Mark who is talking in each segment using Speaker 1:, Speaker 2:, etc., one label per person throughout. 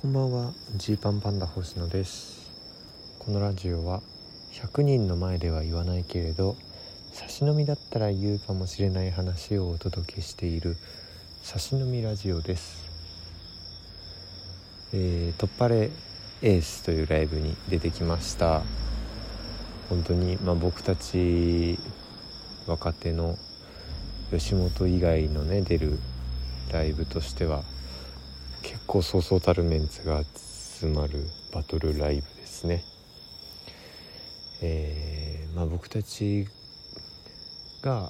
Speaker 1: こんばんは、ジーパンパンダ星野です。このラジオは100人の前では言わないけれど差し飲みだったら言うかもしれない話をお届けしている差し飲みラジオです。突破レエースというライブに出てきました。本当に、僕たち若手の吉本以外のね出るライブとしては結構そうそうたるメンツが集まるバトルライブですね。僕たちが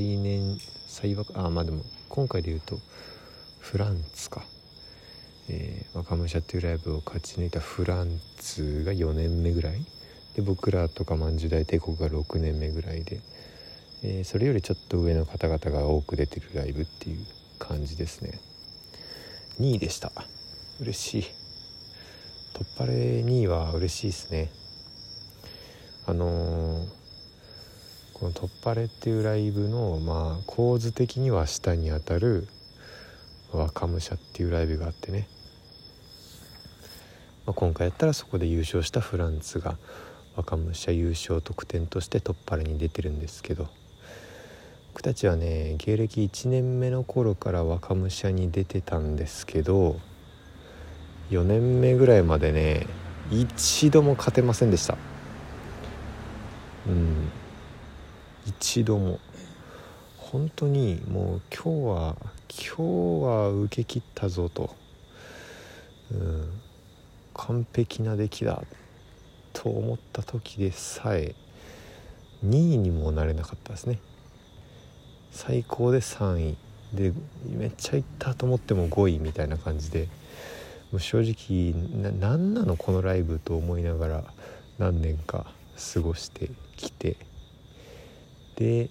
Speaker 1: でも今回で言うとフランツか、若武者っていうライブを勝ち抜いたフランツが4年目ぐらいで、僕らとか万十大帝国が6年目ぐらいで、それよりちょっと上の方々が多く出てるライブっていう感じですね。2位でした。嬉しい。突破レ2位は嬉しいですね。この突破レっていうライブの構図的には下にあたる若武者っていうライブがあってね、今回やったらそこで優勝したフランツが若武者優勝特典として突破レに出てるんですけど、僕たちはね芸歴1年目の頃から若武者に出てたんですけど、4年目ぐらいまでね一度も勝てませんでした。一度も。本当にもう今日は受け切ったぞと、完璧な出来だと思った時でさえ2位にもなれなかったですね。最高で3位でめっちゃいったと思っても5位みたいな感じで、もう正直何なのこのライブと思いながら何年か過ごしてきて、で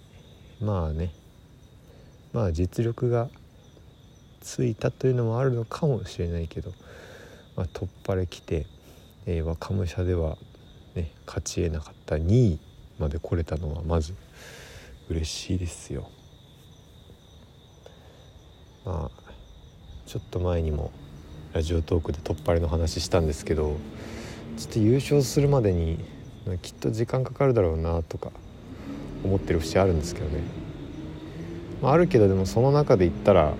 Speaker 1: 実力がついたというのもあるのかもしれないけど、突破レ来て、若武者では、勝ち得なかった2位まで来れたのはまず嬉しいですよ。ちょっと前にもラジオトークで突破レの話したんですけど、ちょっと優勝するまでにきっと時間かかるだろうなとか思ってる節あるんですけどね。あるけど、でもその中で言ったら、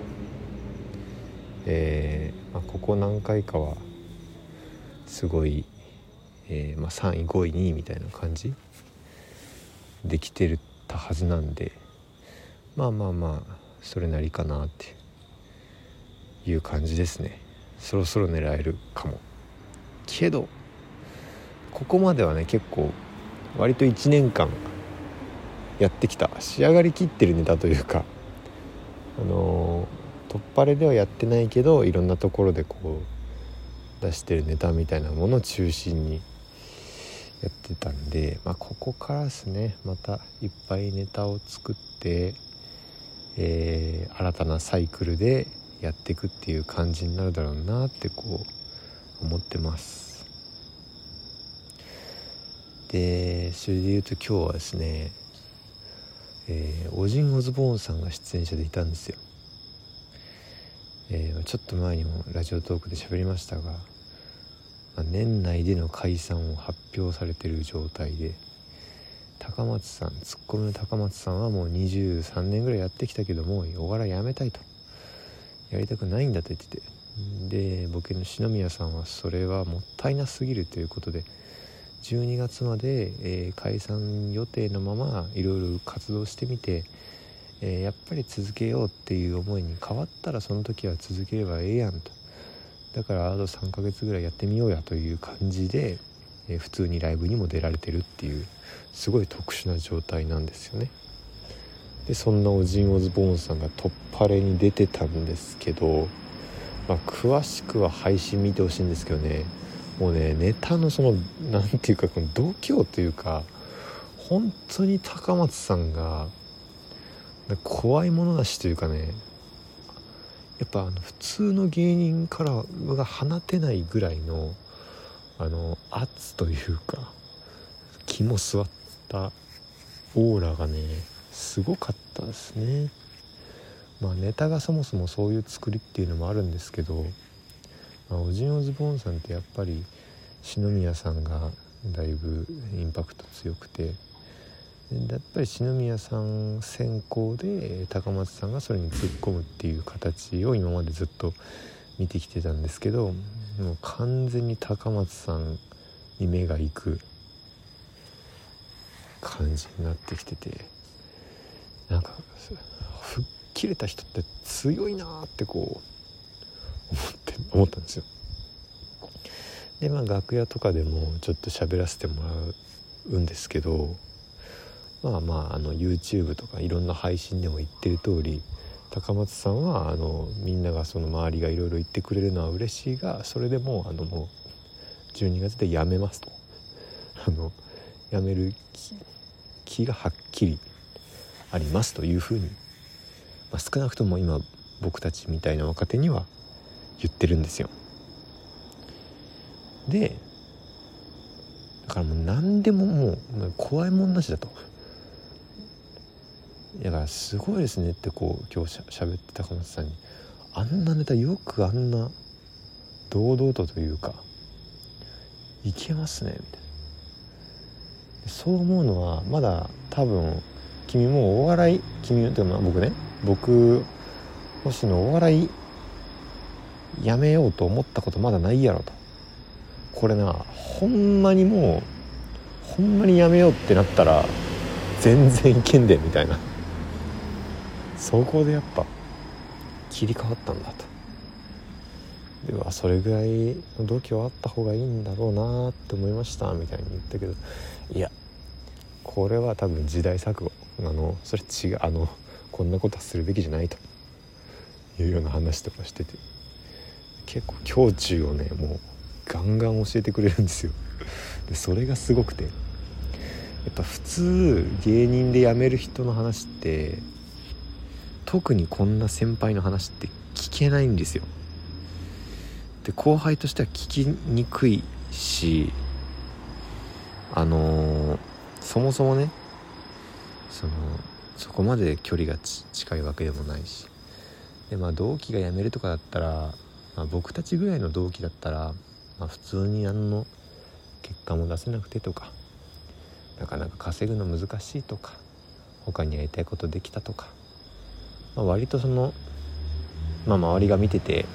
Speaker 1: ここ何回かはすごい、3位5位2位みたいな感じできてたはずなんで、それなりかなっていう感じですね。そろそろ狙えるかもけど、ここまではね結構割と1年間やってきた仕上がりきってるネタというか、突破レではやってないけどいろんなところでこう出してるネタみたいなものを中心にやってたんで、ここからですね、またいっぱいネタを作って、新たなサイクルでやっていくっていう感じになるだろうなってこう思ってます。でそれで言うと今日はですね、オジン・オズボーンさんが出演者でいたんですよ。ちょっと前にもラジオトークで喋りましたが、年内での解散を発表されている状態で、高松さん、ツッコミの高松さんはもう23年ぐらいやってきたけどもお笑いやめたいと、やりたくないんだと言ってて、でボケの篠宮さんはそれはもったいなすぎるということで12月まで、解散予定のままいろいろ活動してみて、やっぱり続けようっていう思いに変わったらその時は続ければええやんと、だからあと3ヶ月ぐらいやってみようやという感じで、普通にライブにも出られてるっていうすごい特殊な状態なんですよね。でそんなオジン・オズボーンさんが突破レに出てたんですけど、詳しくは配信見てほしいんですけどね、もうねネタのなんていうかこの度胸というか、本当に高松さんが怖いものなしというかね、やっぱ普通の芸人からが放てないぐらいの圧というか肝据わったオーラがねすごかったですね。ネタがそもそもそういう作りっていうのもあるんですけど、 オジンオズボーンさんってやっぱり篠宮さんがだいぶインパクト強くて、やっぱり篠宮さん先行で高松さんがそれに突っ込むっていう形を今までずっと見てきてたんですけど、もう完全に高松さんに目が行く感じになってきてて、なんか吹っ切れた人って強いなってこう思ったんですよ。で楽屋とかでもちょっと喋らせてもらうんですけど、YouTube とかいろんな配信でも言ってる通り、高松さんはみんながその周りがいろいろ言ってくれるのは嬉しいが、それでももう12月で辞めますと辞める気がはっきりありますというふうに、少なくとも今僕たちみたいな若手には言ってるんですよ。でだからもう何でももう怖いもんなしだと。だからすごいですねってこう今日喋って高松さんに、あんなネタよくあんな堂々というかいけますねみたいな。そう思うのはまだ多分君もお笑い僕星野お笑いやめようと思ったことまだないやろと。これなほんまにやめようってなったら全然いけんでみたいな、そこでやっぱ切り替わったんだと。ではそれぐらいの度胸あった方がいいんだろうなって思いましたみたいに言ったけど、いやこれは多分時代錯誤、それ違う、こんなことはするべきじゃないというような話とかしてて、結構胸中をねもうガンガン教えてくれるんですよ。でそれがすごくて、やっぱ普通芸人で辞める人の話って特にこんな先輩の話って聞けないんですよ。で後輩としては聞きにくいし、そもそもねそこまで距離が近いわけでもないし、で同期が辞めるとかだったら、僕たちぐらいの同期だったら、普通に何の結果も出せなくてとか、なかなか稼ぐの難しいとか、他にやりたいことできたとか、割と周りが見てて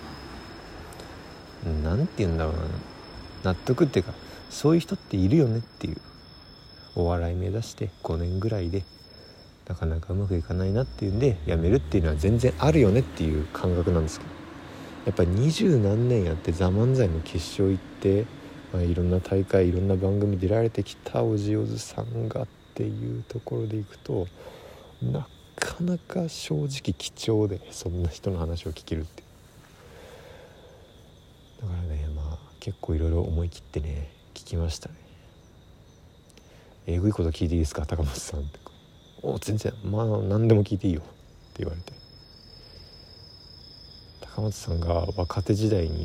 Speaker 1: なんて言うんだろうな、納得っていうか、そういう人っているよねっていう、お笑い目指して5年ぐらいでなかなかうまくいかないなっていうんで辞めるっていうのは全然あるよねっていう感覚なんですけど、やっぱり20何年やってTHEMANZAIの決勝行って、いろんな大会いろんな番組出られてきたオジオズさんがっていうところでいくと、なかなか正直貴重で、そんな人の話を聞けるってだからね、結構いろいろ思い切ってね聞きましたね。えぐいこと聞いていいですか高松さんって、全然何でも聞いていいよって言われて、高松さんが若手時代に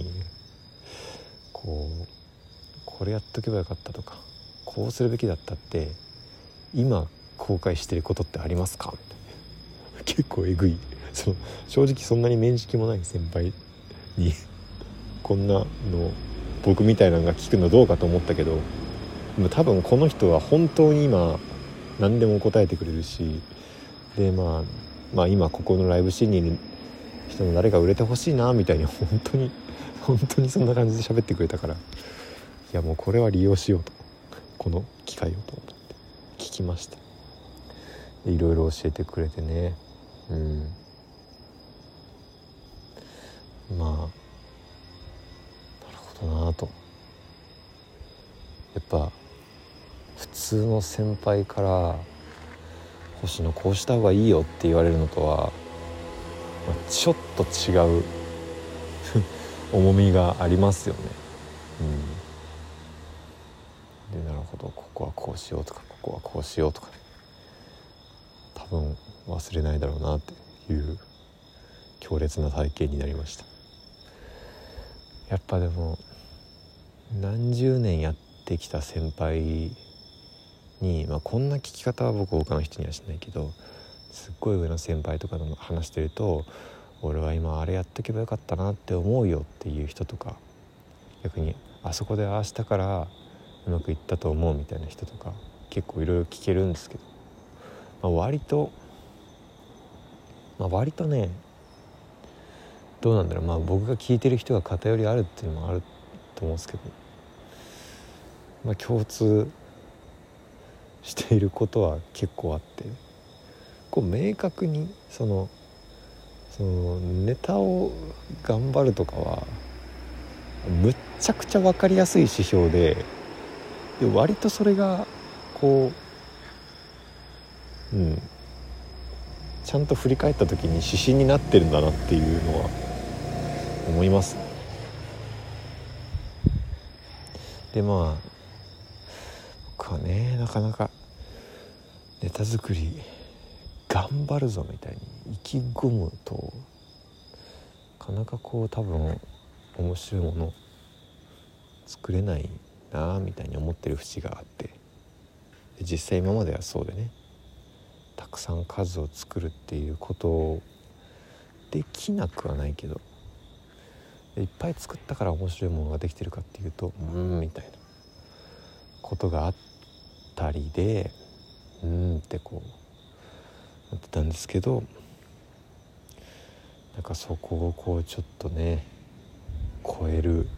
Speaker 1: これやっとけばよかったとか、こうするべきだったって今後悔してることってありますかみたいな結構えぐい、正直そんなに面識もない先輩にこんなの僕みたいなのが聞くのどうかと思ったけど、多分この人は本当に今何でも答えてくれるし、で今ここのライブシーンにいる人の誰か売れてほしいなみたいに本当にそんな感じで喋ってくれたから、いやもうこれは利用しようと、この機会をと思って聞きました。いろいろ教えてくれてね、なるほどなと。やっぱ普通の先輩から星野こうした方がいいよって言われるのとは、ちょっと違う重みがありますよね。でなるほど、ここはこうしようとか、ここはこうしようとか、多分忘れないだろうなっていう強烈な体験になりました。やっぱでも何十年やってきた先輩に、こんな聞き方は僕他の人にはしないけど、すっごい上の先輩とかの話してると、 俺は今あれやっとけばよかったなって思うよっていう人とか、逆にあそこでああしたからうまくいったと思うみたいな人とか結構いろいろ聞けるんですけど、割とね、どうなんだろう、僕が聞いてる人が偏りあるっていうのもあると思うんですけど、共通していることは結構あって、こう明確にそのネタを頑張るとかはむっちゃくちゃ分かりやすい指標で、割とそれがこうちゃんと振り返った時に指針になってるんだなっていうのは思います。で僕はね、なかなかネタ作り頑張るぞみたいに意気込むとなかなか多分面白いもの作れないなみたいに思ってる節があって、実際今まではそうでね、たくさん数を作るっていうことできなくはないけど、いっぱい作ったから面白いものができてるかっていうとみたいなことがあったりでってなってたんですけど、なんかそこをちょっとね超える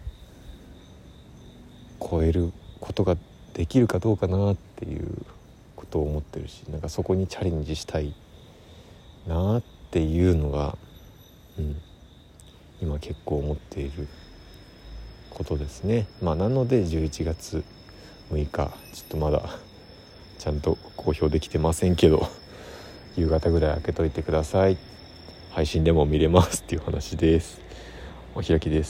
Speaker 1: ことができるかどうかなっていうことを思ってるし、なんかそこにチャレンジしたいなっていうのが、今結構思っていることですね。なので11月6日ちょっとまだちゃんと公表できてませんけど、夕方ぐらい開けといてください。配信でも見れますっていう話です。お開きです。